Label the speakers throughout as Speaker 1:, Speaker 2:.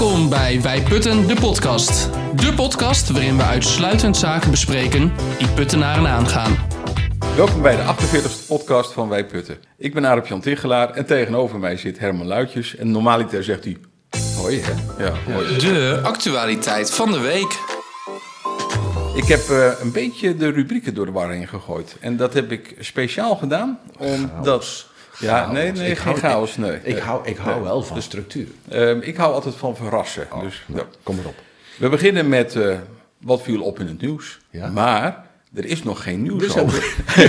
Speaker 1: Welkom bij Wij Putten, de podcast. De podcast waarin we uitsluitend zaken bespreken die Puttenaren aangaan.
Speaker 2: Welkom bij de 48e podcast van Wij Putten. Ik ben Arep-Jan Tichelaar en tegenover mij zit Herman Luitjes. En normaliter zegt hij hoi, hè? Ja, hoi.
Speaker 1: De actualiteit van de week.
Speaker 2: Ik heb een beetje de rubrieken door de war heen gegooid. En dat heb ik speciaal gedaan, omdat... Ja, nee, geen chaos. Nee.
Speaker 3: Ik hou wel van de structuur.
Speaker 2: Ik hou altijd van verrassen. Dus, ja.
Speaker 3: Kom erop.
Speaker 2: We beginnen met wat viel op in het nieuws.
Speaker 3: Ja?
Speaker 2: Maar er is nog geen nieuws
Speaker 3: Dus
Speaker 2: over.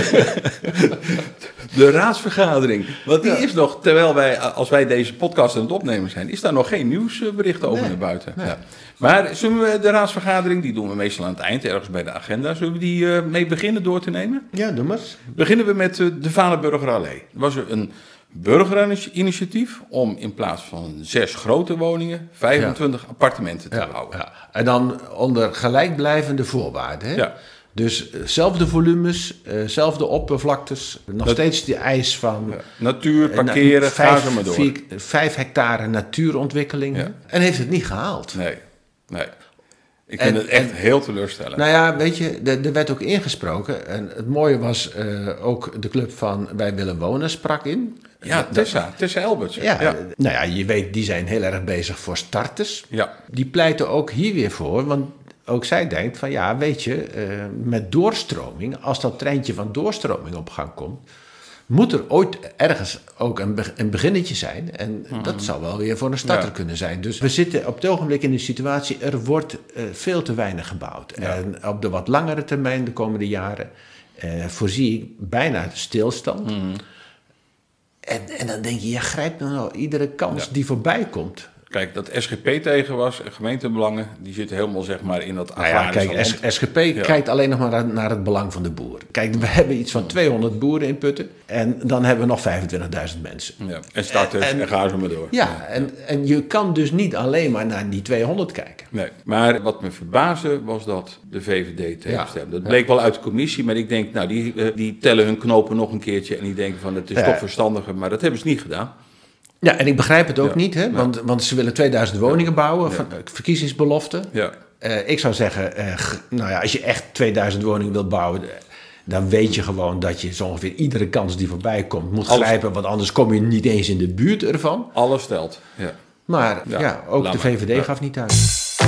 Speaker 2: De raadsvergadering. Want die is nog, terwijl als wij deze podcast aan het opnemen zijn, is daar nog geen nieuwsbericht over naar buiten.
Speaker 3: Nee.
Speaker 2: Ja. Maar zullen we de raadsvergadering, die doen we meestal aan het eind, ergens bij de agenda. Zullen we die mee beginnen door te nemen?
Speaker 3: Ja, doe maar.
Speaker 2: Beginnen we met de Vaneburger Allee. Er was een burgerinitiatief om in plaats van 6 grote woningen 25 appartementen te bouwen.
Speaker 3: Ja. En dan onder gelijkblijvende voorwaarden. Hè?
Speaker 2: Ja.
Speaker 3: Dus zelfde volumes, zelfde oppervlaktes. Nog steeds die eis van...
Speaker 2: Natuur, parkeren, ga zo maar door.
Speaker 3: 5 hectare natuurontwikkeling.
Speaker 2: Ja.
Speaker 3: En heeft het niet gehaald.
Speaker 2: Nee. Ik vind het echt heel teleurstellend.
Speaker 3: Nou ja, weet je, er werd ook ingesproken. En het mooie was ook de club van Wij Willen Wonen sprak in.
Speaker 2: Ja, Tessa Elberts.
Speaker 3: Ja. Nou ja, je weet, die zijn heel erg bezig voor starters.
Speaker 2: Ja.
Speaker 3: Die pleiten ook hier weer voor, want ook zij denkt van ja, weet je, met doorstroming, als dat treintje van doorstroming op gang komt, moet er ooit ergens ook een beginnetje zijn. En dat zou wel weer voor een starter kunnen zijn. Dus we zitten op het ogenblik in een situatie, er wordt veel te weinig gebouwd. Ja. En op de wat langere termijn, de komende jaren, voorzie ik bijna stilstand. En dan denk je, je grijpt nou iedere kans die voorbij komt.
Speaker 2: Kijk, dat SGP tegen was, gemeentebelangen, die zitten helemaal zeg maar in dat agrarische land.
Speaker 3: Kijk, SGP kijkt alleen nog maar naar het belang van de boer. Kijk, we hebben iets van 200 boeren in Putten en dan hebben we nog 25.000 mensen.
Speaker 2: Ja. En starters en ga zo maar door.
Speaker 3: Ja, en je kan dus niet alleen maar naar die 200 kijken.
Speaker 2: Nee, maar wat me verbaasde was dat de VVD tegenstemde. Dat bleek wel uit de commissie, maar ik denk, nou, die tellen hun knopen nog een keertje en die denken van het is toch verstandiger, maar dat hebben ze niet gedaan.
Speaker 3: Ja, en ik begrijp het ook niet, hè? Want ze willen 2000 woningen bouwen, verkiezingsbelofte. Ja. Ik zou zeggen, als je echt 2000 woningen wilt bouwen, dan weet je gewoon dat je zo ongeveer iedere kans die voorbij komt moet grijpen, want anders kom je niet eens in de buurt ervan.
Speaker 2: Alles telt, ja.
Speaker 3: Maar ook de VVD gaf niet uit.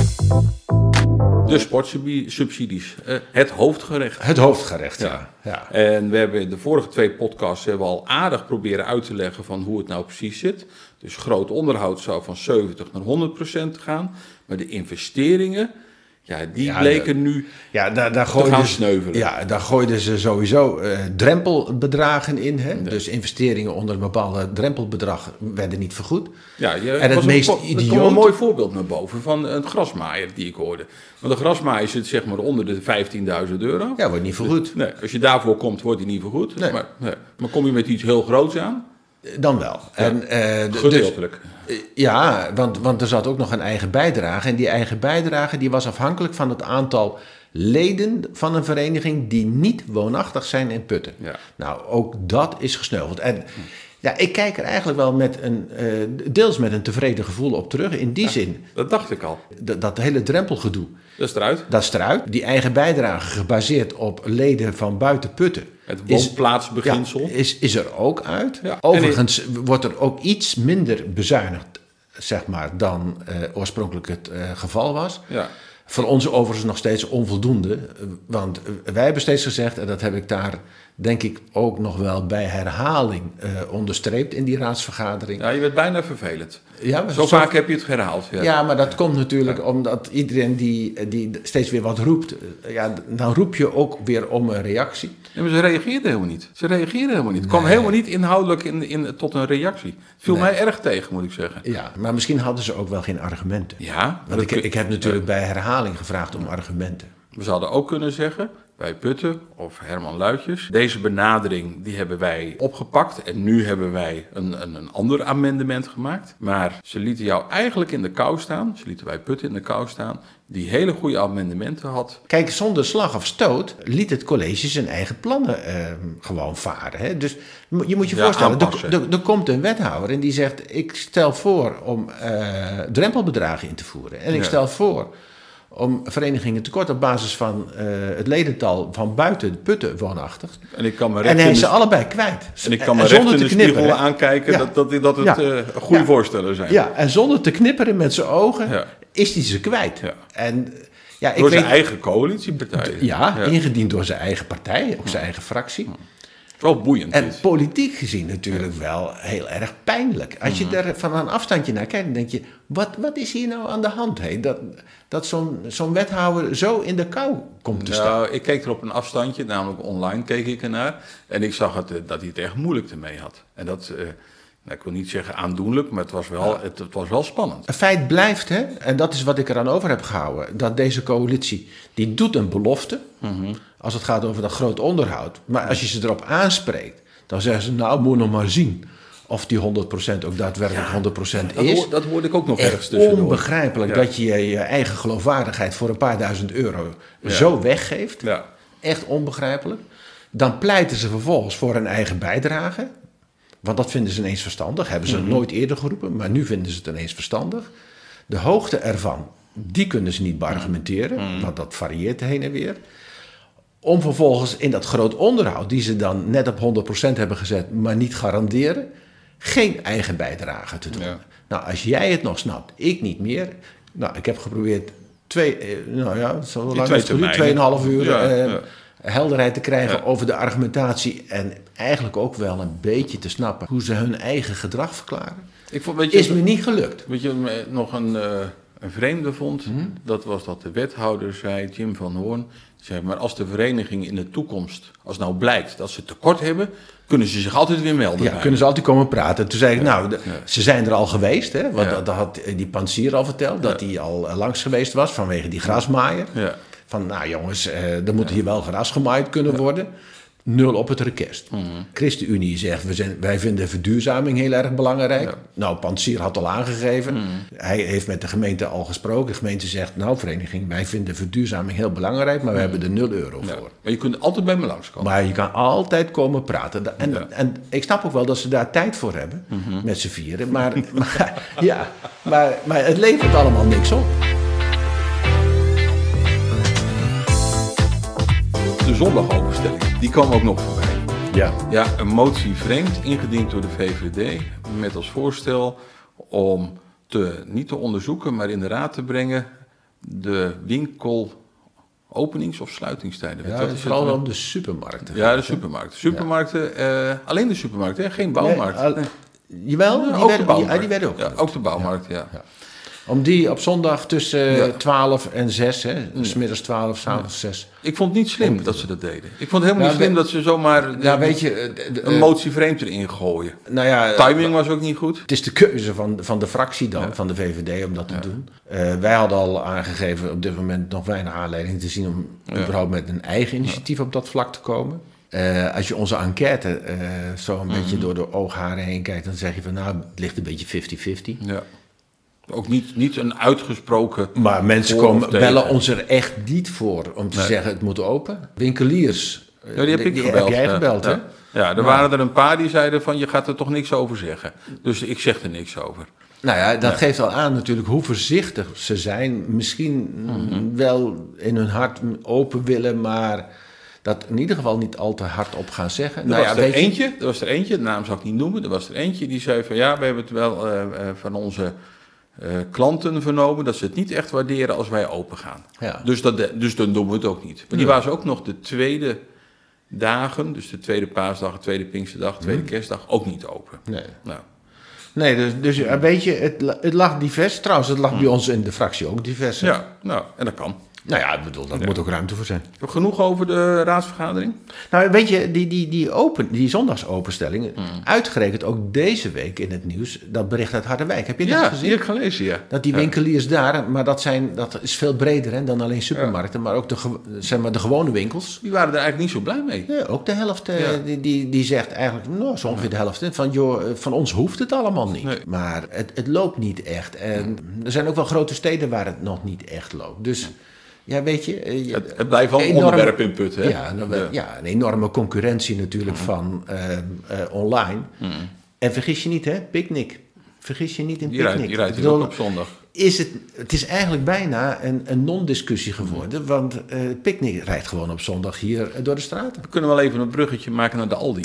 Speaker 2: De sportsubsidies, het hoofdgerecht.
Speaker 3: Het hoofdgerecht, ja.
Speaker 2: En we hebben de vorige 2 podcasts al aardig proberen uit te leggen van hoe het nou precies zit. Dus groot onderhoud zou van 70 naar 100% gaan. Maar de investeringen, die bleken nu te gaan sneuvelen. Ja,
Speaker 3: daar gooiden ze sowieso drempelbedragen in. Hè? Ja. Dus investeringen onder een bepaalde drempelbedrag werden niet vergoed.
Speaker 2: Ja,
Speaker 3: en het meest idioot...
Speaker 2: Er kwam een mooi voorbeeld naar boven van een grasmaaier die ik hoorde. Want een grasmaaier zit zeg maar onder de €15.000.
Speaker 3: Ja, wordt niet vergoed.
Speaker 2: Nee, als je daarvoor komt, wordt die niet vergoed. Nee. Maar kom je met iets heel groots aan?
Speaker 3: Dan wel.
Speaker 2: Ja, gedeeltelijk.
Speaker 3: Want er zat ook nog een eigen bijdrage. En die eigen bijdrage die was afhankelijk van het aantal leden van een vereniging die niet woonachtig zijn in Putten. Ja. Nou, ook dat is gesneuveld. En ik kijk er eigenlijk wel deels met een tevreden gevoel op terug. In die zin.
Speaker 2: Dat dacht ik al.
Speaker 3: Dat hele drempelgedoe.
Speaker 2: Dat is eruit.
Speaker 3: Die eigen bijdrage gebaseerd op leden van buiten Putten.
Speaker 2: Het woonplaatsbeginsel.
Speaker 3: Is er ook uit.
Speaker 2: Ja.
Speaker 3: Overigens wordt er ook iets minder bezuinigd, zeg maar, dan oorspronkelijk het geval was. Ja. Voor ons overigens nog steeds onvoldoende. Want wij hebben steeds gezegd, en dat heb ik daar denk ik ook nog wel bij herhaling onderstreept in die raadsvergadering.
Speaker 2: Ja, je werd bijna vervelend. Ja, zo vaak heb je het herhaald.
Speaker 3: Ja, maar dat komt natuurlijk omdat iedereen die steeds weer wat roept, dan roep je ook weer om een reactie.
Speaker 2: Ja, maar ze reageerden helemaal niet. Het kwam helemaal niet inhoudelijk tot een reactie. Het viel mij erg tegen, moet ik zeggen.
Speaker 3: Ja, maar misschien hadden ze ook wel geen argumenten.
Speaker 2: Ja.
Speaker 3: Want ik heb natuurlijk bij herhaling gevraagd om argumenten.
Speaker 2: We zouden ook kunnen zeggen, bij Putten of Herman Luitjes. Deze benadering die hebben wij opgepakt en nu hebben wij een ander amendement gemaakt. Maar ze lieten jou eigenlijk in de kou staan, ze lieten bij Putten in de kou staan, die hele goede amendementen had.
Speaker 3: Kijk, zonder slag of stoot liet het college zijn eigen plannen gewoon varen. Hè? Dus je moet je voorstellen, er komt een wethouder en die zegt, ik stel voor om drempelbedragen in te voeren. En ik stel voor om verenigingen tekort op basis van het ledental van buiten Putten woonachtig. En hij is ze allebei kwijt.
Speaker 2: En ik kan me recht in de spiegel aankijken dat het goede voorstellen zijn.
Speaker 3: Ja, en zonder te knipperen met zijn ogen is hij ze kwijt. Ja. En,
Speaker 2: door zijn eigen coalitiepartij.
Speaker 3: Ingediend door zijn eigen partij, ook zijn eigen fractie.
Speaker 2: Het is wel boeiend.
Speaker 3: En politiek gezien natuurlijk wel heel erg pijnlijk. Als je daar van een afstandje naar kijkt, dan denk je, wat is hier nou aan de hand? Hey? Dat zo'n wethouder zo in de kou komt te staan.
Speaker 2: Nou, ik keek er op een afstandje, namelijk online keek ik ernaar. En ik zag dat hij het echt moeilijk ermee had. En dat, ik wil niet zeggen aandoenlijk, maar het was wel spannend.
Speaker 3: Een feit blijft, hè, en dat is wat ik eraan over heb gehouden, dat deze coalitie, die doet een belofte, als het gaat over dat groot onderhoud. Maar als je ze erop aanspreekt, dan zeggen ze, nou, moet nog maar zien of die 100% ook daadwerkelijk 100% is.
Speaker 2: Dat hoorde ik ook nog ergens tussendoor.
Speaker 3: Onbegrijpelijk dat je je eigen geloofwaardigheid voor een paar duizend euro zo weggeeft. Ja. Echt onbegrijpelijk. Dan pleiten ze vervolgens voor een eigen bijdrage. Want dat vinden ze ineens verstandig. Hebben ze nooit eerder geroepen, maar nu vinden ze het ineens verstandig. De hoogte ervan, die kunnen ze niet beargumenteren, want dat varieert heen en weer. Om vervolgens in dat groot onderhoud, die ze dan net op 100% hebben gezet, maar niet garanderen, geen eigen bijdrage te doen. Ja. Nou, als jij het nog snapt, ik niet meer. Nou, ik heb geprobeerd 2,5 uur helderheid te krijgen over de argumentatie en eigenlijk ook wel een beetje te snappen hoe ze hun eigen gedrag verklaren. Is me niet gelukt.
Speaker 2: Weet je, nog een vreemde vond, dat was dat de wethouder zei, Jim van Hoorn, zei, maar als de vereniging in de toekomst, als nou blijkt dat ze tekort hebben, kunnen ze zich altijd weer melden.
Speaker 3: Ja, kunnen ze altijd komen praten. Toen zei ik, ze zijn er al geweest, hè, want dat had die pansier al verteld, dat hij al langs geweest was vanwege die grasmaaier. Ja. Van, nou jongens, er moet hier wel gras gemaaid kunnen worden. 0 op het request. ChristenUnie zegt, wij vinden verduurzaming heel erg belangrijk. Ja. Nou, Pansier had al aangegeven. Hij heeft met de gemeente al gesproken. De gemeente zegt, nou vereniging, wij vinden verduurzaming heel belangrijk, maar we hebben er 0 euro voor.
Speaker 2: Maar je kunt altijd bij me langskomen.
Speaker 3: Maar je kan altijd komen praten. En ik snap ook wel dat ze daar tijd voor hebben, met z'n vieren. Maar het levert allemaal niks op.
Speaker 2: De zondagopenstelling, die kwam ook nog voorbij.
Speaker 3: Ja,
Speaker 2: een motie vreemd, ingediend door de VVD, met als voorstel om niet te onderzoeken, maar in de raad te brengen de winkelopenings- of sluitingstijden.
Speaker 3: Ja, het vooral om de supermarkten.
Speaker 2: Ja, de supermarkten. Supermarkten, alleen de supermarkten, hè? Geen bouwmarkt.
Speaker 3: Jawel, die werden ook.
Speaker 2: Ja, ook de bouwmarkt, ja.
Speaker 3: Om die op zondag tussen 12 en 6, hè? Dus middags 12, 's avonds 6.
Speaker 2: Ik vond het niet slim dat ze dat deden. Ik vond het helemaal niet slim dat ze zomaar een motie vreemd erin gooien.
Speaker 3: Nou ja,
Speaker 2: timing was ook niet goed.
Speaker 3: Het is de keuze van de fractie dan, van de VVD, om dat te doen. Wij hadden al aangegeven op dit moment nog weinig aanleiding te zien om überhaupt met een eigen initiatief op dat vlak te komen. Als je onze enquête zo een beetje door de oogharen heen kijkt, dan zeg je van nou, het ligt een beetje 50-50.
Speaker 2: Ja. Ook niet een uitgesproken...
Speaker 3: Maar mensen bellen ons er echt niet voor om te zeggen het moet open. Winkeliers,
Speaker 2: die heb jij
Speaker 3: gebeld, hè?
Speaker 2: Ja, er waren er een paar die zeiden van je gaat er toch niks over zeggen. Dus ik zeg er niks over.
Speaker 3: Nou ja, dat geeft al aan natuurlijk hoe voorzichtig ze zijn. Misschien wel in hun hart open willen, maar dat in ieder geval niet al te hard op gaan zeggen.
Speaker 2: Er was er eentje, de naam zal ik niet noemen. Er was er eentje die zei van ja, we hebben het wel van onze klanten vernomen dat ze het niet echt waarderen als wij open gaan. Ja. Dus dan doen we het ook niet. Maar die waren ook nog de tweede dagen, dus de tweede paasdag, de tweede Pinksterdag, de tweede kerstdag, ook niet open.
Speaker 3: Nee. Nou. Nee, dus weet je, het lag divers. Trouwens, het lag bij ons in de fractie ook divers.
Speaker 2: Ja, nou, en dat kan.
Speaker 3: Nou ja, ik bedoel, daar moet ook ruimte voor zijn.
Speaker 2: Genoeg over de raadsvergadering?
Speaker 3: Nou, weet je, die zondagsopenstelling, uitgerekend ook deze week in het nieuws, dat bericht uit Harderwijk. Heb je dat gezien?
Speaker 2: Die heb ik gelezen, ja.
Speaker 3: Dat die winkeliers daar, maar dat is veel breder dan alleen supermarkten, maar ook de gewone winkels.
Speaker 2: Die waren er eigenlijk niet zo blij mee.
Speaker 3: Ja, ook de helft, die zegt eigenlijk, nou, zo ongeveer de helft, van joh, van ons hoeft het allemaal niet. Nee. Maar het loopt niet echt. En er zijn ook wel grote steden waar het nog niet echt loopt. Dus... Ja, weet je...
Speaker 2: Het blijft wel een onderwerp in Putten, hè?
Speaker 3: Ja, een enorme concurrentie natuurlijk van online. En vergis je niet, hè, Picnic. Vergis je niet in Picnic.
Speaker 2: Die rijdt hier ook op zondag.
Speaker 3: Het is eigenlijk bijna een non-discussie geworden, want Picnic rijdt gewoon op zondag hier door de straten.
Speaker 2: We kunnen wel even een bruggetje maken naar de Aldi.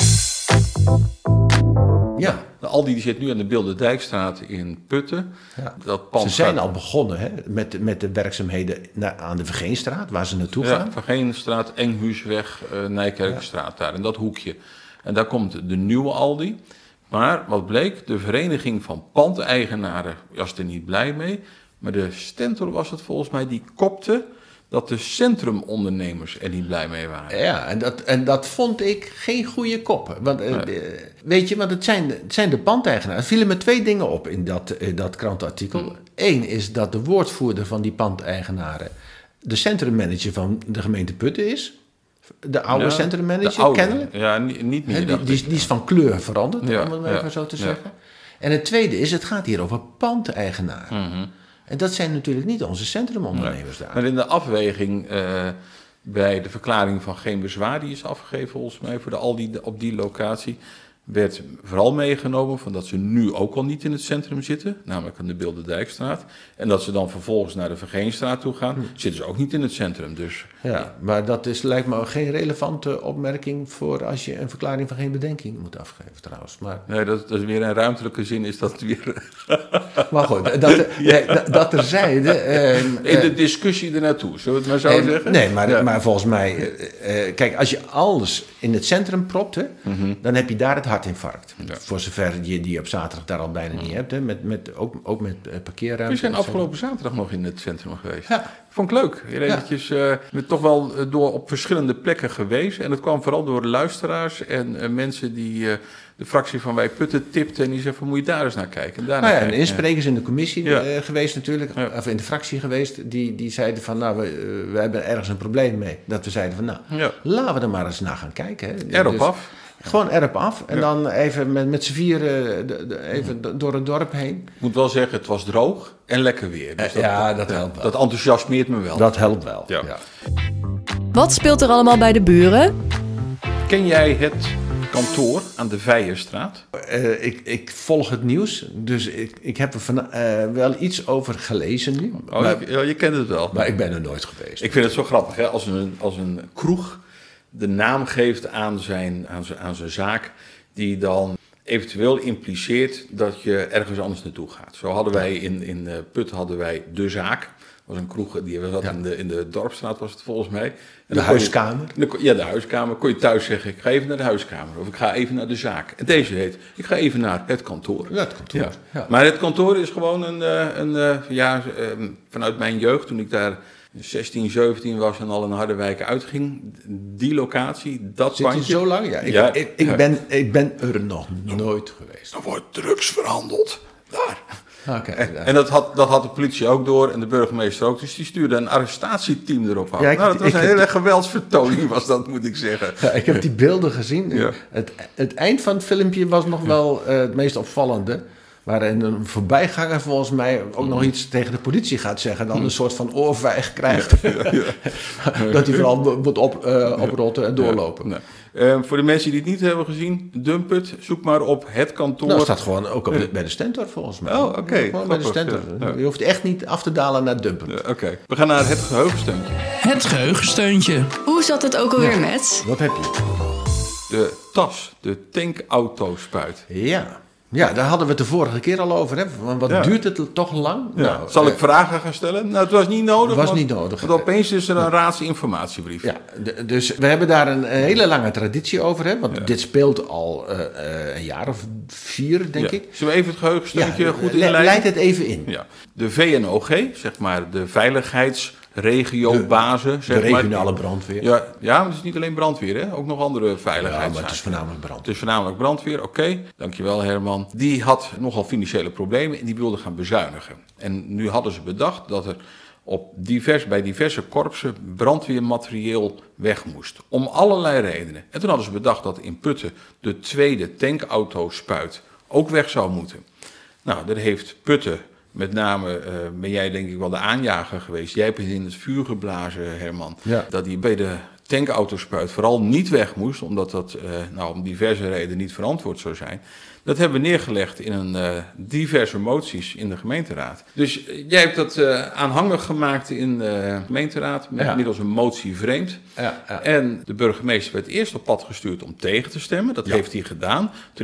Speaker 3: Ja.
Speaker 2: De Aldi die zit nu aan de Bilderdijkstraat in Putten.
Speaker 3: Ja.
Speaker 2: Dat pand
Speaker 3: ze zijn al begonnen hè, met de werkzaamheden aan de Vergeenstraat, waar ze naartoe gaan.
Speaker 2: Ja, Vergeenstraat, Enghuisweg, Nijkerkstraat daar, in dat hoekje. En daar komt de nieuwe Aldi. Maar wat bleek, de vereniging van pandeigenaren was er niet blij mee. Maar de Stentor was het volgens mij, die kopte dat de centrumondernemers er niet blij mee waren.
Speaker 3: Ja, en dat vond ik geen goede kop. Want, weet je, want het zijn de pandeigenaren. Er vielen me 2 dingen op in dat krantenartikel. Eén is dat de woordvoerder van die pandeigenaren de centrummanager van de gemeente Putten is. De oude centrummanager, kennelijk.
Speaker 2: Ja, niet meer.
Speaker 3: Die is van kleur veranderd, om het even zo te zeggen. En het tweede is, het gaat hier over pandeigenaren. En dat zijn natuurlijk niet onze centrumondernemers daar.
Speaker 2: Maar in de afweging bij de verklaring van geen bezwaar, die is afgegeven volgens mij voor de Aldi op die locatie, werd vooral meegenomen van dat ze nu ook al niet in het centrum zitten, namelijk aan de Bilderdijkstraat. En dat ze dan vervolgens naar de Vergeenstraat toe gaan, zitten ze ook niet in het centrum. Dus,
Speaker 3: ja, maar dat lijkt me geen relevante opmerking voor als je een verklaring van geen bedenking moet afgeven trouwens. Maar...
Speaker 2: Nee, dat is weer in ruimtelijke zin is dat weer...
Speaker 3: Maar goed, dat terzijde...
Speaker 2: in de discussie ernaartoe, zullen we het maar zo zeggen?
Speaker 3: Nee, maar volgens mij... kijk, als je alles in het centrum propt, hè, dan heb je daar het hartinfarct. Ja. Voor zover je die op zaterdag daar al bijna niet hebt. Hè, ook met parkeerruimte.
Speaker 2: We zijn afgelopen zaterdag nog in het centrum geweest. Ja. Vond ik leuk. Eventjes toch wel door op verschillende plekken geweest. En het kwam vooral door luisteraars en mensen die de fractie van Wij Putten tipten. En die zeiden van, moet je daar eens naar kijken.
Speaker 3: En insprekers in de commissie geweest natuurlijk. Of in de fractie geweest. Die zeiden van, nou, we hebben ergens een probleem mee. Dat we zeiden van, nou, laten we er maar eens naar gaan kijken. Hè.
Speaker 2: Erop af.
Speaker 3: Gewoon erop af. En dan even met z'n vieren even door het dorp heen.
Speaker 2: Ik moet wel zeggen, het was droog en lekker weer. Dus
Speaker 3: dat helpt wel.
Speaker 2: Dat enthousiasmeert me wel.
Speaker 3: Dat helpt wel, ja.
Speaker 4: Wat speelt er allemaal bij de buren?
Speaker 2: Ken jij het kantoor aan de Vijerstraat?
Speaker 3: Ik volg het nieuws, dus ik heb er wel iets over gelezen nu.
Speaker 2: Je kent het wel.
Speaker 3: Maar ik ben er nooit geweest.
Speaker 2: Ik vind het zo grappig, hè? Als een kroeg de naam geeft aan zijn zaak, die dan eventueel impliceert dat je ergens anders naartoe gaat. Zo hadden wij in Putten hadden wij De Zaak. Dat was een kroeg, die was in de Dorpsstraat was het volgens mij. En
Speaker 3: de huiskamer?
Speaker 2: De huiskamer. Kon je thuis zeggen, ik ga even naar de huiskamer. Of ik ga even naar de zaak. En deze heet, ik ga even naar het kantoor.
Speaker 3: Ja, het kantoor. Ja.
Speaker 2: Maar het kantoor is gewoon vanuit mijn jeugd, toen ik daar 16, 17 was en al in Harderwijk uitging. Die locatie, dat
Speaker 3: zit
Speaker 2: pandje.
Speaker 3: Zit je zo lang? Ja, ik ben er nog nooit geweest.
Speaker 2: Er wordt drugs verhandeld. Daar.
Speaker 3: Okay,
Speaker 2: en dat had de politie ook door en de burgemeester ook. Dus die stuurde een arrestatieteam erop af. Dat was een hele geweldsvertoning, was dat, moet ik zeggen.
Speaker 3: Ja, ik heb die beelden gezien. Ja. Het eind van het filmpje was nog wel het meest opvallende. Waar een voorbijganger volgens mij ook nog iets tegen de politie gaat zeggen. Dan een soort van oorvijg krijgt. Dat hij vooral moet oprotten en doorlopen.
Speaker 2: Voor de mensen die het niet hebben gezien, Dump het. Zoek maar op het kantoor.
Speaker 3: Dat staat gewoon ook bij de Stentor volgens mij.
Speaker 2: Oh, oké.
Speaker 3: Gewoon bij de Stentor. Ja. Je hoeft echt niet af te dalen naar Dump het.
Speaker 2: Oké. We gaan naar het geheugensteuntje.
Speaker 1: Het geheugensteuntje.
Speaker 4: Hoe zat het ook alweer met?
Speaker 3: Wat heb je?
Speaker 2: De TAS, de tankauto-spuit.
Speaker 3: Ja, daar hadden we het de vorige keer al over. Hè? Wat duurt het toch lang?
Speaker 2: Ja.
Speaker 3: Nou,
Speaker 2: zal ik vragen gaan stellen? Nou, het was niet nodig.
Speaker 3: Want
Speaker 2: opeens is er een raadsinformatiebrief.
Speaker 3: Ja, dus we hebben daar een hele lange traditie over. Hè? Want dit speelt al een jaar of 4, denk ik.
Speaker 2: Zullen we even het geheugensteuntje goed inleiden?
Speaker 3: Leid het even in.
Speaker 2: Ja. De VNOG, zeg maar de Veiligheids regiobazen.
Speaker 3: De regionale brandweer.
Speaker 2: Ja, maar het is niet alleen brandweer, hè? Ook nog andere veiligheidszaken.
Speaker 3: Ja, maar het is voornamelijk brandweer.
Speaker 2: Het is voornamelijk brandweer, oké. Dankjewel Herman. Die had nogal financiële problemen en die wilde gaan bezuinigen. En nu hadden ze bedacht dat er bij diverse korpsen brandweermaterieel weg moest. Om allerlei redenen. En toen hadden ze bedacht dat in Putten de tweede tankautospuit ook weg zou moeten. Nou, daar heeft Putten, met name ben jij denk ik wel de aanjager geweest. Jij hebt het in het vuur geblazen, Herman. Ja. Dat die bij de tankautospuit vooral niet weg moest, omdat dat om diverse redenen niet verantwoord zou zijn. Dat hebben we neergelegd in diverse moties in de gemeenteraad. Dus jij hebt dat aanhangig gemaakt in de gemeenteraad middels een motie vreemd. Ja, ja. En de burgemeester werd eerst op pad gestuurd om tegen te stemmen. Dat heeft hij gedaan. Toen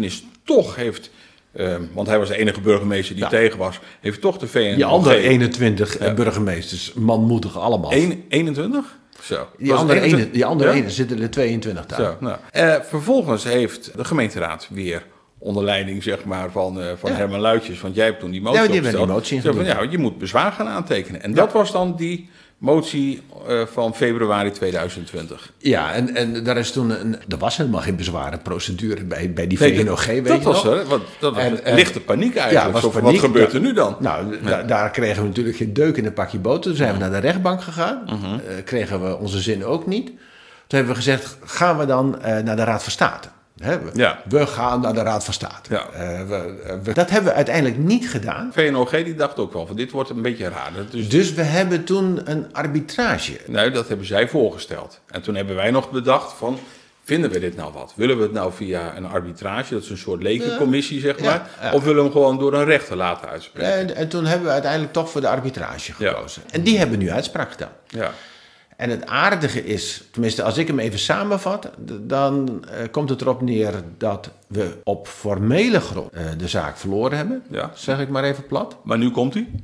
Speaker 2: want hij was de enige burgemeester die tegen was, heeft toch de VNG...
Speaker 3: Die andere 21 burgemeesters, manmoedig allemaal.
Speaker 2: 21? Zo.
Speaker 3: Die andere ene zitten er 22 daar. Zo,
Speaker 2: nou. Vervolgens heeft de gemeenteraad weer onder leiding zeg maar, van Herman Luitjes, want jij hebt toen die motie opgesteld. Je moet bezwaar gaan aantekenen. En dat was dan die motie van februari 2020.
Speaker 3: Ja, en daar is toen er was helemaal geen bezwarenprocedure bij die VNOG, weet je nog?
Speaker 2: Dat was lichte paniek eigenlijk. Ja, wat gebeurt er nu dan?
Speaker 3: Nou, daar kregen we natuurlijk geen deuk in een pakje boter. Toen zijn we naar de rechtbank gegaan. Kregen we onze zin ook niet. Toen hebben we gezegd, gaan we dan naar de Raad van State? We gaan naar de Raad van State. Ja. Dat hebben we uiteindelijk niet gedaan.
Speaker 2: VNOG die dacht ook wel van dit wordt een beetje raar.
Speaker 3: Dus we hebben toen een arbitrage.
Speaker 2: Nee, dat hebben zij voorgesteld. En toen hebben wij nog bedacht van, vinden we dit nou wat? Willen we het nou via een arbitrage, dat is een soort lekencommissie zeg maar, of willen we hem gewoon door een rechter laten uitspreken?
Speaker 3: En toen hebben we uiteindelijk toch voor de arbitrage gekozen. En die hebben nu uitspraak gedaan. Ja. En het aardige is, tenminste als ik hem even samenvat, dan komt het erop neer dat we op formele grond de zaak verloren hebben. Ja. Zeg ik maar even plat.
Speaker 2: Maar nu komt hij.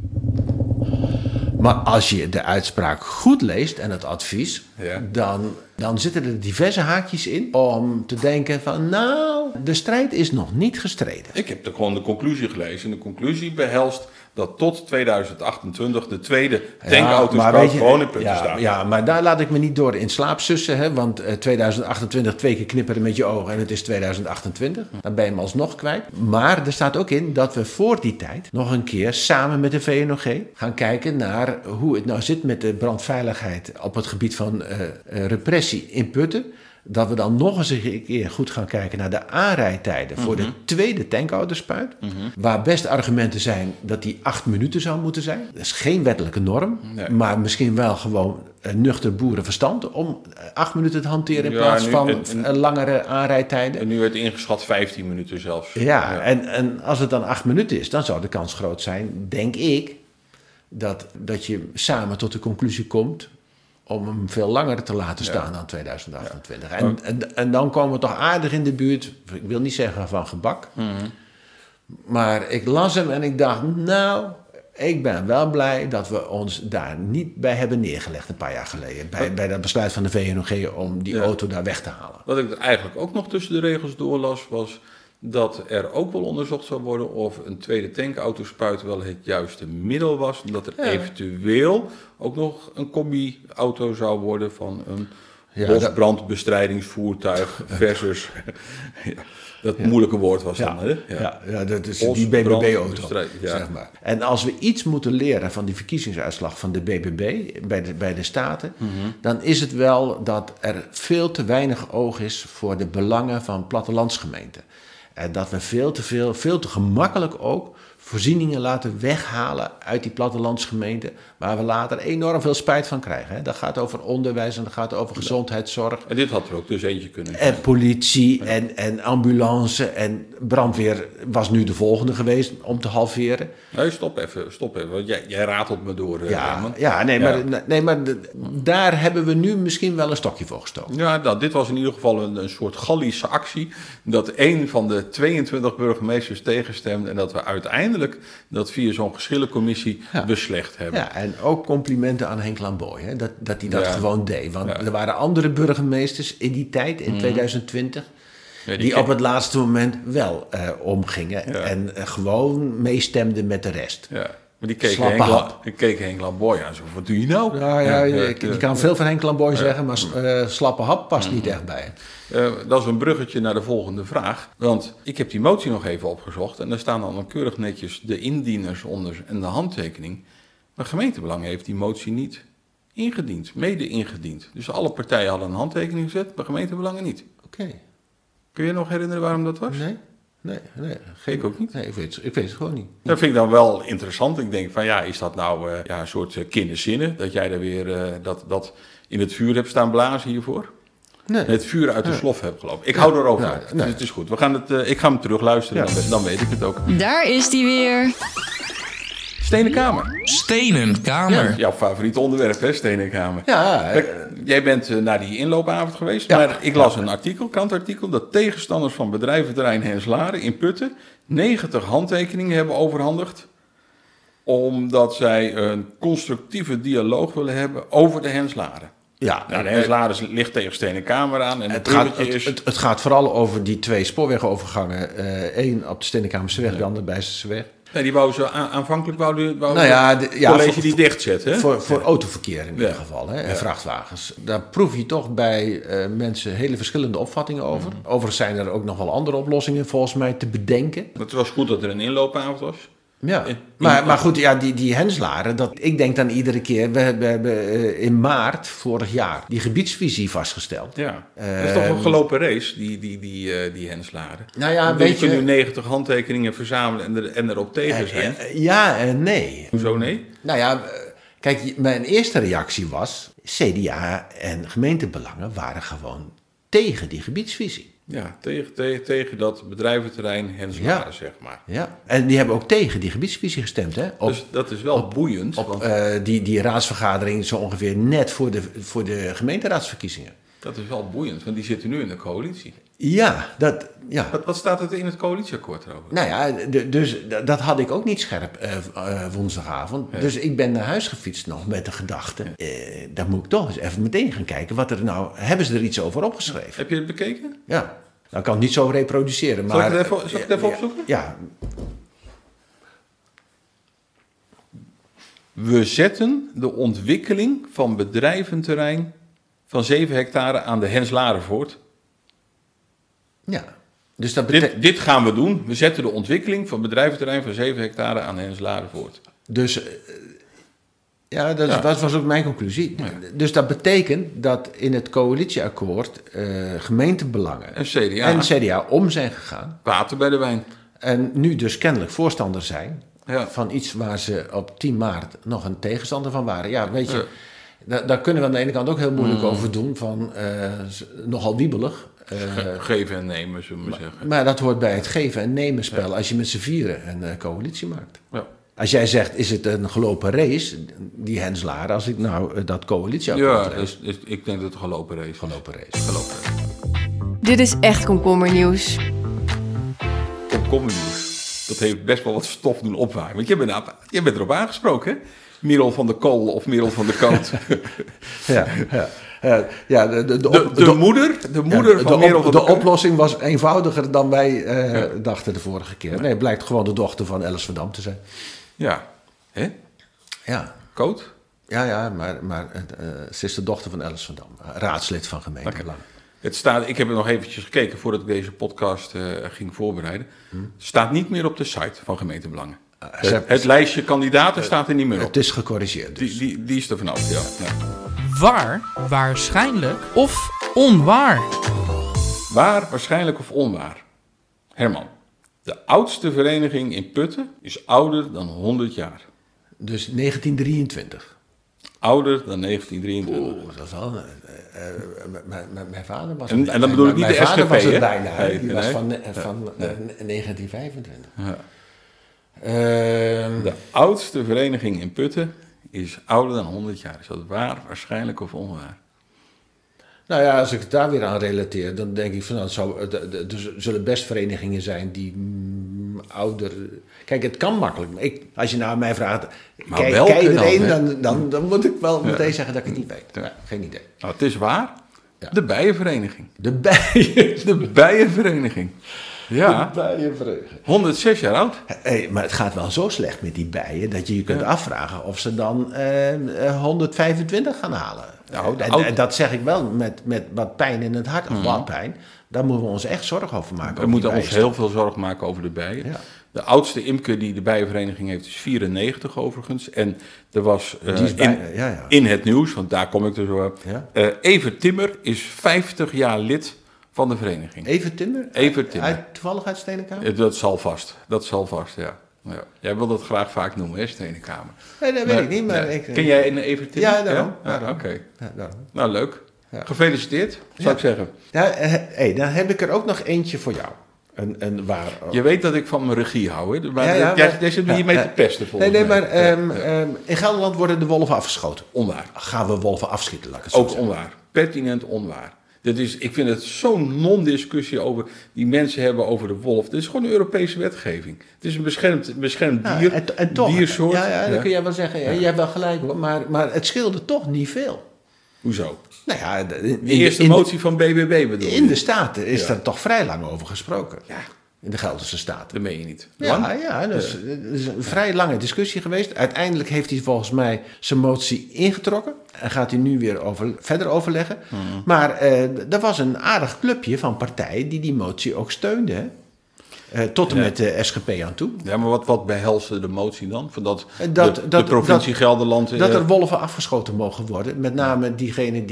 Speaker 3: Maar als je de uitspraak goed leest en het advies, dan zitten er diverse haakjes in om te denken van de strijd is nog niet gestreden.
Speaker 2: Ik heb gewoon de conclusie gelezen. En de conclusie behelst dat tot 2028 de tweede tankauto's gewoon in Putten staan.
Speaker 3: Ja, maar daar laat ik me niet door in slaap sussen. Hè, want 2028 twee keer knipperen met je ogen en het is 2028. Dan ben je hem alsnog kwijt. Maar er staat ook in dat we voor die tijd nog een keer samen met de VNOG gaan kijken naar hoe het nou zit met de brandveiligheid op het gebied van repressie in Putten. Dat we dan nog eens een keer goed gaan kijken naar de aanrijdtijden voor de tweede tankautorspuit. Waar best argumenten zijn dat die 8 minuten zou moeten zijn. Dat is geen wettelijke norm, maar misschien wel gewoon nuchter boerenverstand om 8 minuten te hanteren in plaats van langere aanrijdtijden.
Speaker 2: En nu werd ingeschat 15 minuten zelfs.
Speaker 3: Ja. En als het dan 8 minuten is, dan zou de kans groot zijn, denk ik, dat je samen tot de conclusie komt om hem veel langer te laten staan dan 2028. Ja. En dan komen we toch aardig in de buurt, ik wil niet zeggen van gebak, maar ik las hem en ik dacht, ik ben wel blij dat we ons daar niet bij hebben neergelegd een paar jaar geleden. Bij dat besluit van de VNOG om die auto daar weg te halen.
Speaker 2: Wat ik eigenlijk ook nog tussen de regels doorlas was dat er ook wel onderzocht zou worden of een tweede tankautorspuit wel het juiste middel was. En dat er eventueel ook nog een combi-auto zou worden van een bosbrandbestrijdingsvoertuig versus... Dat moeilijke woord was dan, hè?
Speaker 3: Ja, dat is die BBB-auto, zeg maar. En als we iets moeten leren van die verkiezingsuitslag van de BBB bij de Staten, dan is het wel dat er veel te weinig oog is voor de belangen van plattelandsgemeenten. En dat we veel te gemakkelijk ook voorzieningen laten weghalen uit die plattelandsgemeenten, waar we later enorm veel spijt van krijgen. Hè. Dat gaat over onderwijs en dat gaat over gezondheidszorg.
Speaker 2: En dit had er ook dus eentje kunnen zijn.
Speaker 3: En politie en ambulance en brandweer was nu de volgende geweest om te halveren.
Speaker 2: Nee, stop even, want jij ratelt me door.
Speaker 3: Maar daar hebben we nu misschien wel een stokje voor gestoken.
Speaker 2: Ja, dit was in ieder geval een soort Gallische actie, dat een van de 22 burgemeesters tegenstemde en dat we uiteindelijk dat via zo'n geschillencommissie beslecht hebben.
Speaker 3: Ja, en ook complimenten aan Henk Lamboy, hè, dat hij dat gewoon deed. Want er waren andere burgemeesters in die tijd, in 2020... die op het laatste moment wel omgingen en gewoon meestemden met de rest.
Speaker 2: Ja. Maar die keek
Speaker 3: Slappe hap.
Speaker 2: Henk Lamboy aan. Zo, wat doe je nou?
Speaker 3: Je kan veel van Henk Lamboy zeggen, maar slappe hap past niet echt bij.
Speaker 2: Dat is een bruggetje naar de volgende vraag. Want ik heb die motie nog even opgezocht. En daar staan dan keurig netjes de indieners onder en de handtekening. Maar gemeentebelang heeft die motie niet ingediend. Mede ingediend. Dus alle partijen hadden een handtekening gezet, maar gemeentebelangen niet.
Speaker 3: Oké.
Speaker 2: Kun je je nog herinneren waarom dat was?
Speaker 3: Nee.
Speaker 2: Ik ook niet.
Speaker 3: Nee, ik weet het gewoon niet.
Speaker 2: Dat vind ik dan wel interessant. Ik denk van is dat nou een soort kinderzinnen? Dat jij daar weer dat in het vuur hebt staan blazen hiervoor?
Speaker 3: Nee.
Speaker 2: Het vuur uit de slof heb, geloof ik. Ik hou erover uit. Dus het is goed. Ik ga hem terug luisteren, dan weet ik het ook.
Speaker 4: Daar is die weer.
Speaker 2: Stenen Kamer.
Speaker 1: Stenen Kamer.
Speaker 2: Ja, jouw favoriete onderwerp, hè, Stenen Kamer.
Speaker 3: Ja.
Speaker 2: Jij bent naar die inloopavond geweest.
Speaker 3: Ja.
Speaker 2: Maar ik las een krantartikel, dat tegenstanders van bedrijventerrein Henslaren in Putten 90 handtekeningen hebben overhandigd. Omdat zij een constructieve dialoog willen hebben over de Henslaren.
Speaker 3: Ja,
Speaker 2: Nou, de Henslaren ligt tegen Stenen Kamer aan. En
Speaker 3: het gaat vooral over die 2 spoorwegovergangen. Eén op de Stenenkamerseweg, de andere bij Bijzelseweg.
Speaker 2: Nee, die wou ze aanvankelijk
Speaker 3: college
Speaker 2: die dichtzetten.
Speaker 3: Voor autoverkeer in ieder geval, hè, en vrachtwagens. Daar proef je toch bij mensen hele verschillende opvattingen over. Overigens zijn er ook nog wel andere oplossingen volgens mij te bedenken.
Speaker 2: Het was goed dat er een inloopavond was.
Speaker 3: Ja, maar goed, die Henslaren, ik denk dan iedere keer, we hebben in maart vorig jaar die gebiedsvisie vastgesteld.
Speaker 2: Ja, dat is toch een gelopen race, die Henslaren.
Speaker 3: Nou ja,
Speaker 2: weet je nu 90 handtekeningen verzamelen en erop tegen zijn?
Speaker 3: Ja en nee.
Speaker 2: Hoezo nee?
Speaker 3: Nou ja, kijk, mijn eerste reactie was, CDA en gemeentebelangen waren gewoon tegen die gebiedsvisie.
Speaker 2: Ja, tegen dat bedrijventerrein Henslaren, zeg maar.
Speaker 3: Ja, en die hebben ook tegen die gebiedsvisie gestemd, hè?
Speaker 2: Dus dat is wel boeiend.
Speaker 3: Die raadsvergadering zo ongeveer net voor de gemeenteraadsverkiezingen.
Speaker 2: Dat is wel boeiend, want die zitten nu in de coalitie.
Speaker 3: Ja.
Speaker 2: Wat staat er in het coalitieakkoord over?
Speaker 3: Nou ja, dus dat had ik ook niet scherp woensdagavond. Ja. Dus ik ben naar huis gefietst nog met de gedachte, dan moet ik toch eens even meteen gaan kijken wat er nou, hebben ze er iets over opgeschreven?
Speaker 2: Heb je het bekeken?
Speaker 3: Ja, dan kan ik het niet zo reproduceren. Maar,
Speaker 2: zal ik het even opzoeken?
Speaker 3: Ja.
Speaker 2: We zetten de ontwikkeling van bedrijventerrein van 7 hectare aan de Henslaren voort.
Speaker 3: Ja. Dus dat
Speaker 2: dit gaan we doen. We zetten de ontwikkeling van bedrijventerrein van 7 hectare aan de Henslaren voort.
Speaker 3: Dus dat was ook mijn conclusie. Ja. Dus dat betekent dat in het coalitieakkoord gemeentebelangen en CDA om zijn gegaan.
Speaker 2: Water bij de wijn.
Speaker 3: En nu dus kennelijk voorstander zijn van iets waar ze op 10 maart nog een tegenstander van waren. Ja, weet je, daar kunnen we aan de ene kant ook heel moeilijk over doen, van nogal wiebelig.
Speaker 2: Geven en nemen, zullen we zeggen.
Speaker 3: Maar dat hoort bij het geven en nemen spel als je met z'n vieren een coalitie maakt.
Speaker 2: Ja.
Speaker 3: Als jij zegt, is het een gelopen race, die Henslaren, als ik nou dat coalitieakkoord lees?
Speaker 2: Ja, ik denk dat het een gelopen race is.
Speaker 3: Gelopen race.
Speaker 4: Dit is echt komkommernieuws.
Speaker 2: Komkommernieuws. Dat heeft best wel wat stof doen opwaaien. Want jij bent erop aangesproken, hè? Merel van der Kool of Merel van der Koot. De moeder van Merel van der Koot.
Speaker 3: De oplossing was eenvoudiger dan wij dachten de vorige keer. Nee, het blijkt gewoon de dochter van Alice van Dam te zijn.
Speaker 2: Ja. Hè?
Speaker 3: Ja.
Speaker 2: Koot?
Speaker 3: Ja, maar ze is de dochter van Alice van Dam. Raadslid van gemeentebelang.
Speaker 2: Ik heb er nog eventjes gekeken voordat ik deze podcast ging voorbereiden. Het staat niet meer op de site van gemeentebelangen. Het lijstje kandidaten staat er niet meer op.
Speaker 3: Het is gecorrigeerd. Dus.
Speaker 2: Die is er vanaf, ja.
Speaker 1: Waar, waarschijnlijk of onwaar?
Speaker 2: Waar, waarschijnlijk of onwaar? Herman, de oudste vereniging in Putten is ouder dan 100 jaar.
Speaker 3: Dus 1923.
Speaker 2: Ouder dan 1923.
Speaker 3: Dat is wel... mijn vader was...
Speaker 2: En dan bedoel ik niet de SGP, hè?
Speaker 3: Mijn vader was het bijna. Die was van 1925.
Speaker 2: Ja. De oudste vereniging in Putten is ouder dan 100 jaar. Is dat waar, waarschijnlijk of onwaar?
Speaker 3: Nou ja, als ik het daar weer aan relateer, dan denk ik van er zullen best verenigingen zijn die ouder... Kijk, het kan makkelijk. Als je nou mij vraagt, kijk er dan moet ik wel meteen zeggen dat ik het niet weet. Ja. Geen idee.
Speaker 2: Nou, het is waar. Ja. De Bijenvereniging.
Speaker 3: De Bijenvereniging.
Speaker 2: Ja,
Speaker 3: Bijenvereniging.
Speaker 2: 106 jaar oud.
Speaker 3: Hey, maar het gaat wel zo slecht met die bijen dat je kunt afvragen of ze dan 125 gaan halen.
Speaker 2: Nou,
Speaker 3: en dat zeg ik wel met wat pijn in het hart, of wat pijn. Daar moeten we ons echt zorgen over maken.
Speaker 2: We moeten ons heel veel zorgen maken over de bijen. Ja. De oudste imker die de bijenvereniging heeft is 94 overigens. En er was in het nieuws, want daar kom ik dus op. Ja. Evert Timmer is 50 jaar lid van de vereniging.
Speaker 3: Evert Timmer?
Speaker 2: Evert Timmer.
Speaker 3: Toevallig uit Steenenkamer?
Speaker 2: Dat zal vast, ja. Ja. Jij wil dat graag vaak noemen, hè, Steenenkamer.
Speaker 3: Nee, dat weet ik niet. Maar
Speaker 2: ken jij een Evert Timmer?
Speaker 3: Ja, daarom.
Speaker 2: Oké. Ja, nou, leuk. Ja. Gefeliciteerd, zou ik zeggen.
Speaker 3: Ja, dan heb ik er ook nog eentje voor jou.
Speaker 2: Je weet dat ik van mijn regie hou, hè? Maar jij zit me hiermee te pesten, volgens mij.
Speaker 3: Maar in Gelderland worden de wolven afgeschoten.
Speaker 2: Onwaar.
Speaker 3: Gaan we wolven afschieten, laat ik het zo zeggen.
Speaker 2: Ook onwaar. Pertinent onwaar. Ik vind het zo'n non-discussie over die mensen hebben over de wolf. Dit is gewoon een Europese wetgeving. Het is een beschermd dier,
Speaker 3: en toch,
Speaker 2: diersoort.
Speaker 3: Ja, dat kun jij wel zeggen. Ja. Je hebt wel gelijk, maar het scheelde toch niet veel.
Speaker 2: Hoezo?
Speaker 3: Nou ja,
Speaker 2: de eerste motie van BBB bedoel je?
Speaker 3: In de Staten is er toch vrij lang over gesproken. Ja. In de Gelderse Staten.
Speaker 2: Dat meen je niet.
Speaker 3: Dus het is een vrij lange discussie geweest. Uiteindelijk heeft hij volgens mij zijn motie ingetrokken. En gaat hij nu weer verder overleggen. Maar er was een aardig clubje van partijen die motie ook steunde. Tot en met de SGP aan toe.
Speaker 2: Ja, maar wat behelsde de motie dan? Van de provincie Gelderland...
Speaker 3: Dat er wolven afgeschoten mogen worden. Met name diegenen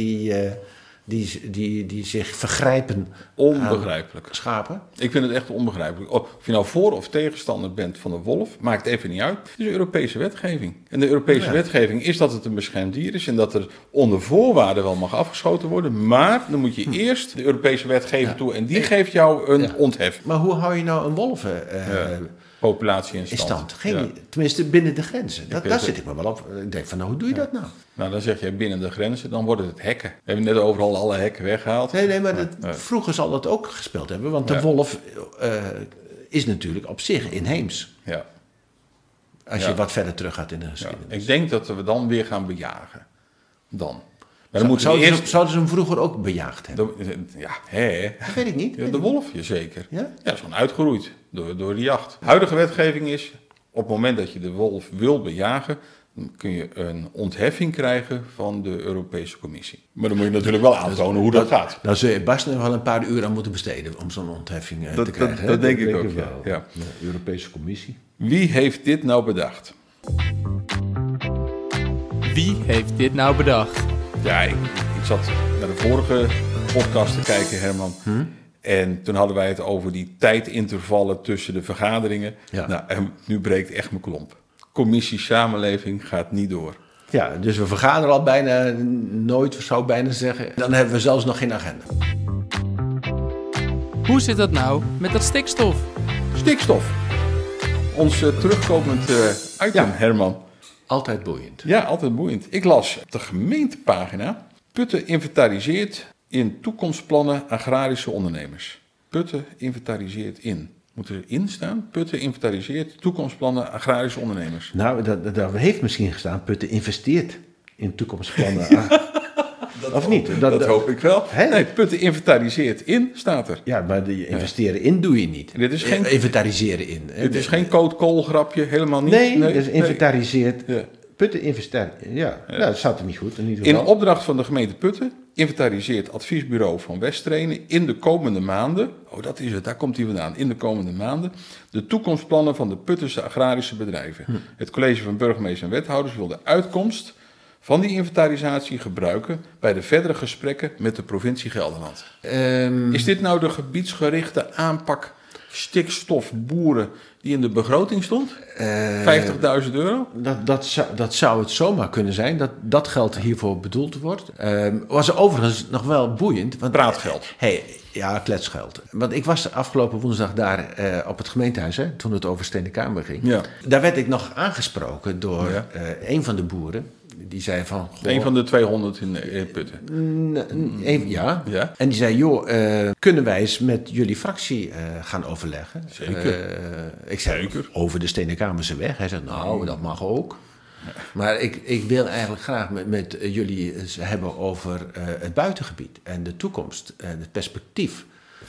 Speaker 3: die zich vergrijpen.
Speaker 2: Onbegrijpelijk.
Speaker 3: Aan schapen.
Speaker 2: Ik vind het echt onbegrijpelijk. Of je nou voor- of tegenstander bent van de wolf, maakt even niet uit. Het is een Europese wetgeving. En de Europese wetgeving is dat het een beschermd dier is en dat er onder voorwaarden wel mag afgeschoten worden. Maar dan moet je eerst de Europese wetgeving toe en die geeft jou een ontheffing.
Speaker 3: Maar hoe hou je nou een wolven...
Speaker 2: populatie in stand.
Speaker 3: Tenminste, binnen de grenzen. Daar zit ik me wel op. Ik denk van, hoe doe je dat nou?
Speaker 2: Nou, dan zeg je binnen de grenzen, dan wordt het hekken. We hebben net overal alle hekken weggehaald.
Speaker 3: Nee, maar vroeger zal dat ook gespeeld hebben. Want de wolf is natuurlijk op zich inheems.
Speaker 2: Ja.
Speaker 3: Als je wat verder terug gaat in de geschiedenis.
Speaker 2: Ik denk dat we dan weer gaan bejagen. Dan. Maar
Speaker 3: zouden ze hem vroeger ook bejaagd hebben? Dat weet ik niet.
Speaker 2: De wolf, zeker.
Speaker 3: Ja?
Speaker 2: Ja, is gewoon uitgeroeid door de jacht. De huidige wetgeving is, op het moment dat je de wolf wil bejagen, dan kun je een ontheffing krijgen van de Europese Commissie. Maar dan moet je natuurlijk wel aantonen hoe dat gaat.
Speaker 3: Daar zul je Bas nog wel een paar uur aan moeten besteden om zo'n ontheffing te krijgen.
Speaker 2: Dat denk ik ook wel. Ja.
Speaker 3: De Europese Commissie.
Speaker 2: Wie heeft dit nou bedacht?
Speaker 1: Wie heeft dit nou bedacht?
Speaker 2: Ja, ik zat naar de vorige podcast te kijken, Herman. En toen hadden wij het over die tijdintervallen tussen de vergaderingen. Ja. Nou, en nu breekt echt mijn klomp. Commissie Samenleving gaat niet door.
Speaker 3: Ja, dus we vergaderen al bijna nooit, zou ik bijna zeggen. Dan hebben we zelfs nog geen agenda.
Speaker 1: Hoe zit dat nou met dat stikstof?
Speaker 2: Stikstof. Ons terugkomend item, Herman.
Speaker 3: Altijd boeiend.
Speaker 2: Ja, altijd boeiend. Ik las op de gemeentepagina. Putten inventariseert in toekomstplannen agrarische ondernemers. Putten inventariseert in. Moet er in staan? Putten inventariseert toekomstplannen agrarische ondernemers.
Speaker 3: Nou, dat heeft misschien gestaan. Putten investeert in toekomstplannen. Of niet?
Speaker 2: Dat hoop ik wel. Nee, Putten inventariseert in, staat er.
Speaker 3: Ja, maar investeren in doe je niet.
Speaker 2: Dit is geen,
Speaker 3: inventariseren in.
Speaker 2: Dit is geen koolgrapje, helemaal niet.
Speaker 3: Nee, dus inventariseert. Ja. Putten investeren. Ja, nou, dat staat er niet goed.
Speaker 2: In opdracht van de gemeente Putten inventariseert adviesbureau van Westtrenen in de komende maanden, dat is het, daar komt hij vandaan, in de komende maanden, de toekomstplannen van de Puttense agrarische bedrijven. Het college van burgemeester en wethouders wil de uitkomst van die inventarisatie gebruiken bij de verdere gesprekken met de provincie Gelderland. Is dit nou de gebiedsgerichte aanpak stikstofboeren die in de begroting stond? €50.000?
Speaker 3: Dat zou het zomaar kunnen zijn, dat geld hiervoor bedoeld wordt. Was overigens nog wel boeiend. Want,
Speaker 2: praatgeld.
Speaker 3: Ja, kletsgeld. Want ik was afgelopen woensdag daar op het gemeentehuis, toen het over Steenenkamer ging. Ja. Daar werd ik nog aangesproken door een van de boeren. Die zei van...
Speaker 2: Een van de 200 in Putten.
Speaker 3: Ja. En die zei, kunnen wij eens met jullie fractie gaan overleggen?
Speaker 2: Zeker.
Speaker 3: Ik zei, over de Steenenkamerse weg. Hij zei, dat mag ook. Maar ik wil eigenlijk graag met jullie eens hebben over het buitengebied en de toekomst en het perspectief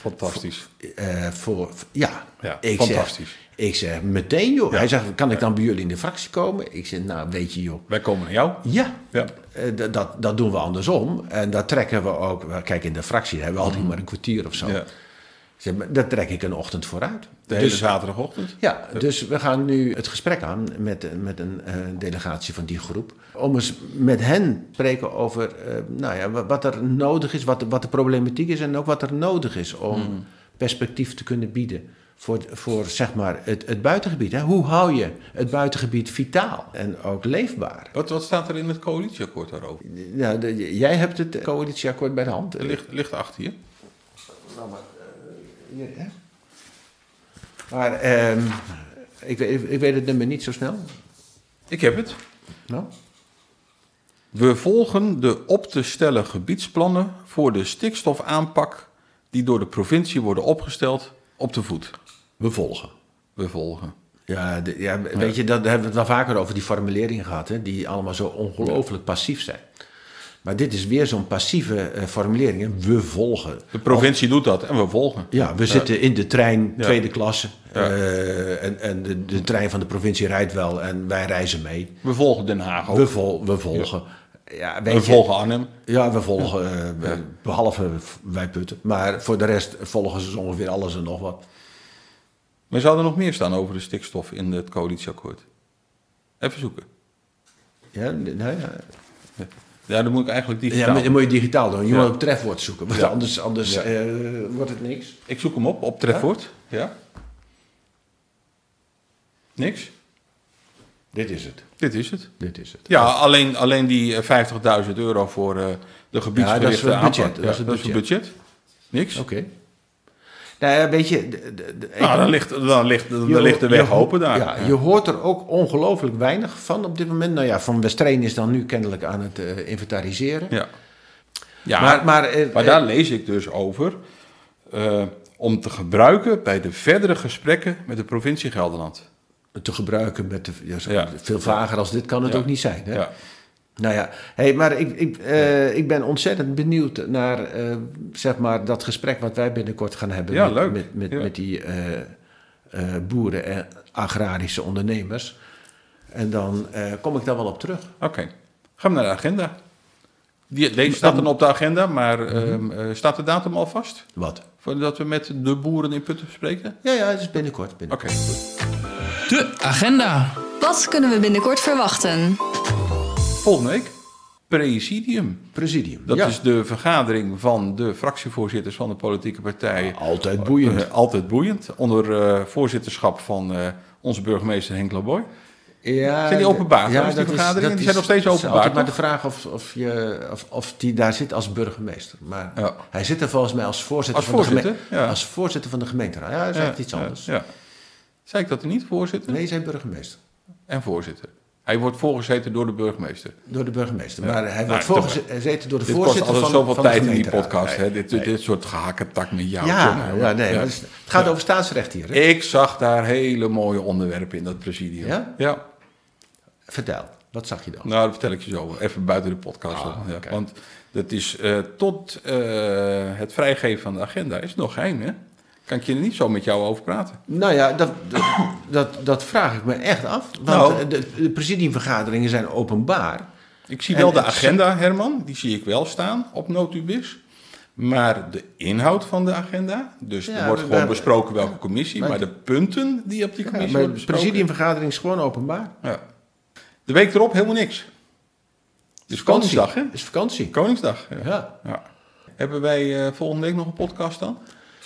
Speaker 2: Fantastisch.
Speaker 3: Ja,
Speaker 2: Fantastisch.
Speaker 3: Ik zeg meteen, joh.
Speaker 2: Ja.
Speaker 3: Hij zegt, kan ik dan bij jullie in de fractie komen? Ik zeg, nou, weet je, joh.
Speaker 2: Wij komen naar jou.
Speaker 3: Ja,
Speaker 2: Ja.
Speaker 3: dat doen we andersom. En dat trekken we ook... Kijk, in de fractie hebben we altijd maar een kwartier of zo.
Speaker 2: Ja.
Speaker 3: Zeg, maar dat trek ik een ochtend vooruit.
Speaker 2: De hele zaterdagochtend.
Speaker 3: Ja, dus we gaan nu het gesprek aan met een delegatie van die groep. Om eens met hen te spreken over wat er nodig is, wat de problematiek is en ook wat er nodig is om perspectief te kunnen bieden voor zeg maar het buitengebied. Hè? Hoe hou je het buitengebied vitaal en ook leefbaar?
Speaker 2: Wat staat er in het coalitieakkoord daarover?
Speaker 3: Ja, jij hebt het coalitieakkoord bij de hand.
Speaker 2: Het ligt achter je.
Speaker 3: Nou, maar, hier, hè? Maar ik weet het nummer niet zo snel.
Speaker 2: Ik heb het.
Speaker 3: Nou?
Speaker 2: We volgen de op te stellen gebiedsplannen voor de stikstofaanpak die door de provincie worden opgesteld op de voet.
Speaker 3: We volgen.
Speaker 2: We volgen.
Speaker 3: Ja, weet je, daar hebben we het wel vaker over die formuleringen gehad, hè, die allemaal zo ongelooflijk passief zijn. Maar dit is weer zo'n passieve formulering. Hè. We volgen.
Speaker 2: De provincie doet dat en we volgen.
Speaker 3: Ja, we zitten in de trein,
Speaker 2: Ja.
Speaker 3: tweede klasse.
Speaker 2: Ja.
Speaker 3: En de trein van de provincie rijdt wel en wij reizen mee.
Speaker 2: We volgen Den Haag ook.
Speaker 3: We volgen. Ja, weet
Speaker 2: We
Speaker 3: je,
Speaker 2: volgen Arnhem.
Speaker 3: Ja, we volgen, behalve wij Putten. Maar voor de rest volgen ze ongeveer alles en nog wat.
Speaker 2: Maar zou er nog meer staan over de stikstof in het coalitieakkoord? Even zoeken.
Speaker 3: Ja, nou ja.
Speaker 2: Ja, dan moet ik eigenlijk
Speaker 3: Ja,
Speaker 2: digitaal.
Speaker 3: maar dat moet je digitaal doen. Je
Speaker 2: Ja.
Speaker 3: moet op trefwoord zoeken. Want
Speaker 2: Ja.
Speaker 3: anders
Speaker 2: Ja.
Speaker 3: wordt het niks.
Speaker 2: Ik zoek hem op trefwoord. Ja. Niks?
Speaker 3: Dit is het.
Speaker 2: Dit is het.
Speaker 3: Dit is het.
Speaker 2: Ja, alleen die €50.000 voor de gebiedsgerichte
Speaker 3: Ja, dat is het
Speaker 2: aanpak.
Speaker 3: budget.
Speaker 2: Ja,
Speaker 3: Dat is het
Speaker 2: dat is het budget. Niks?
Speaker 3: Oké. Nou ja, weet je...
Speaker 2: Nou, dan ligt de weg open daar.
Speaker 3: Ja, je hoort er ook ongelooflijk weinig van op dit moment. Nou ja, Van Westreen is dan nu kennelijk aan het inventariseren.
Speaker 2: Ja. Ja, maar
Speaker 3: maar
Speaker 2: daar lees ik dus over. Om te gebruiken bij de verdere gesprekken met de provincie Gelderland.
Speaker 3: te gebruiken met
Speaker 2: Ja.
Speaker 3: veel vager als dit kan het
Speaker 2: Ja.
Speaker 3: ook niet zijn. Hè?
Speaker 2: Ja.
Speaker 3: Nou ja, maar ik ben ontzettend benieuwd naar zeg maar dat gesprek wat wij binnenkort gaan hebben
Speaker 2: Ja, leuk.
Speaker 3: met die boeren en agrarische ondernemers. En dan kom ik daar wel op terug.
Speaker 2: Oké. Gaan we naar de agenda. Deze staat dan op de agenda, maar staat de datum al vast?
Speaker 3: Wat?
Speaker 2: Voordat we met de boeren in Putten spreken?
Speaker 3: Ja, het is binnenkort.
Speaker 2: Oké, goed.
Speaker 1: De agenda.
Speaker 4: Wat kunnen we binnenkort verwachten?
Speaker 2: Volgende week, Presidium.
Speaker 3: Presidium.
Speaker 2: Dat
Speaker 3: ja.
Speaker 2: is de vergadering van de fractievoorzitters van de politieke partijen.
Speaker 3: Altijd boeiend.
Speaker 2: Altijd boeiend. Onder voorzitterschap van onze burgemeester Henk Laboy.
Speaker 3: Ja,
Speaker 2: Zijn die openbaar?
Speaker 3: Ja,
Speaker 2: Die vergaderingen die zijn nog steeds
Speaker 3: Het is
Speaker 2: openbaar,
Speaker 3: altijd maar de
Speaker 2: toch?
Speaker 3: vraag of die daar zit als burgemeester. Maar
Speaker 2: Ja.
Speaker 3: hij zit er volgens mij als voorzitter,
Speaker 2: Als voorzitter, ja.
Speaker 3: als voorzitter van de gemeenteraad. Ja, dat is echt iets anders.
Speaker 2: Ja. Zei ik dat er niet, voorzitter?
Speaker 3: Nee, hij is burgemeester.
Speaker 2: En voorzitter. Hij wordt voorgezeten door de burgemeester.
Speaker 3: Door de burgemeester.
Speaker 2: Ja.
Speaker 3: Maar hij
Speaker 2: Nou,
Speaker 3: wordt voorgezeten door de
Speaker 2: Dit kost
Speaker 3: voorzitter
Speaker 2: altijd
Speaker 3: van
Speaker 2: zoveel
Speaker 3: van de
Speaker 2: tijd in die
Speaker 3: gemeenteraad.
Speaker 2: podcast.
Speaker 3: Nee,
Speaker 2: Hè?
Speaker 3: nee.
Speaker 2: Dit soort gehakketak met jou.
Speaker 3: Ja,
Speaker 2: Tom.
Speaker 3: nee, maar het gaat over staatsrecht hier. Hè?
Speaker 2: Ik zag daar hele mooie onderwerpen in dat presidium.
Speaker 3: Ja?
Speaker 2: Ja.
Speaker 3: Vertel, wat zag je dan?
Speaker 2: Nou, dat vertel ik je zo. Even buiten de podcast. Ja.
Speaker 3: oké.
Speaker 2: Want dat is tot het vrijgeven van de agenda is nog geheim, hè? Kan ik je er niet zo met jou over praten?
Speaker 3: Nou ja, dat vraag ik me echt af. Want
Speaker 2: Nou.
Speaker 3: de presidiumvergaderingen zijn openbaar.
Speaker 2: Ik zie wel
Speaker 3: En
Speaker 2: de
Speaker 3: het-
Speaker 2: agenda, Herman. Die zie ik wel staan op Notubis. Maar de inhoud van de agenda... Dus
Speaker 3: Ja,
Speaker 2: er wordt
Speaker 3: we
Speaker 2: gewoon
Speaker 3: hebben-
Speaker 2: besproken welke commissie...
Speaker 3: maar-
Speaker 2: maar de punten die op die
Speaker 3: Ja,
Speaker 2: commissie
Speaker 3: maar
Speaker 2: worden
Speaker 3: de
Speaker 2: besproken...
Speaker 3: presidiumvergadering is gewoon openbaar.
Speaker 2: Ja. De week erop helemaal niks. Dus Koningsdag, hè?
Speaker 3: Het is vakantie.
Speaker 2: Koningsdag, ja.
Speaker 3: Ja.
Speaker 2: Ja. Hebben wij volgende week nog een podcast dan?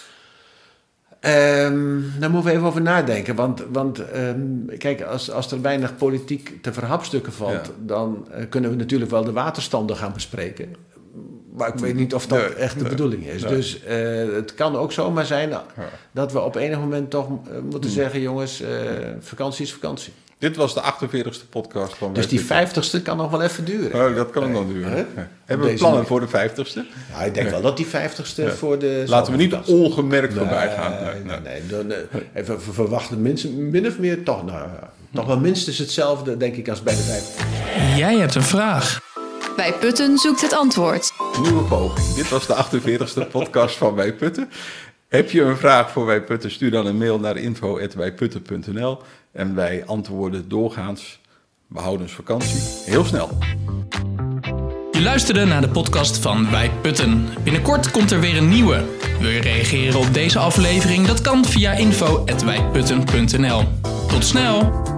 Speaker 3: Daar moeten we even over nadenken. Want kijk, als er weinig politiek te verhapstukken valt...
Speaker 2: Ja.
Speaker 3: dan kunnen we natuurlijk wel de waterstanden gaan bespreken. Maar ik weet niet of dat echt de bedoeling is.
Speaker 2: Nee.
Speaker 3: Dus het kan ook zomaar zijn dat we op enig moment toch moeten zeggen... jongens, vakantie is vakantie.
Speaker 2: Dit was de 48e podcast van
Speaker 3: Dus die 50ste kan nog wel even duren.
Speaker 2: Oh, dat kan ook nog duren.
Speaker 3: Hè?
Speaker 2: Ja. Hebben we
Speaker 3: Deze
Speaker 2: plannen
Speaker 3: week.
Speaker 2: voor de 50ste?
Speaker 3: Ja, ik denk wel dat die 50ste voor de...
Speaker 2: Laten we niet
Speaker 3: zomervakantie-
Speaker 2: ongemerkt voorbij gaan.
Speaker 3: Nee. Dan, even verwachten min of meer toch, toch wel minstens hetzelfde, denk ik, als bij de 50.
Speaker 1: Jij hebt een vraag.
Speaker 4: Bij Putten zoekt het antwoord.
Speaker 2: Nieuwe poging. Dit was de 48e podcast van Wij Putten. Heb je een vraag voor Wij Putten? Stuur dan een mail naar info@wijputten.nl en wij antwoorden doorgaans behoudens vakantie heel snel.
Speaker 1: Je luisterde naar de podcast van Wij Putten. Binnenkort komt er weer een nieuwe. Wil je reageren op deze aflevering? Dat kan via info@wijputten.nl. Tot snel!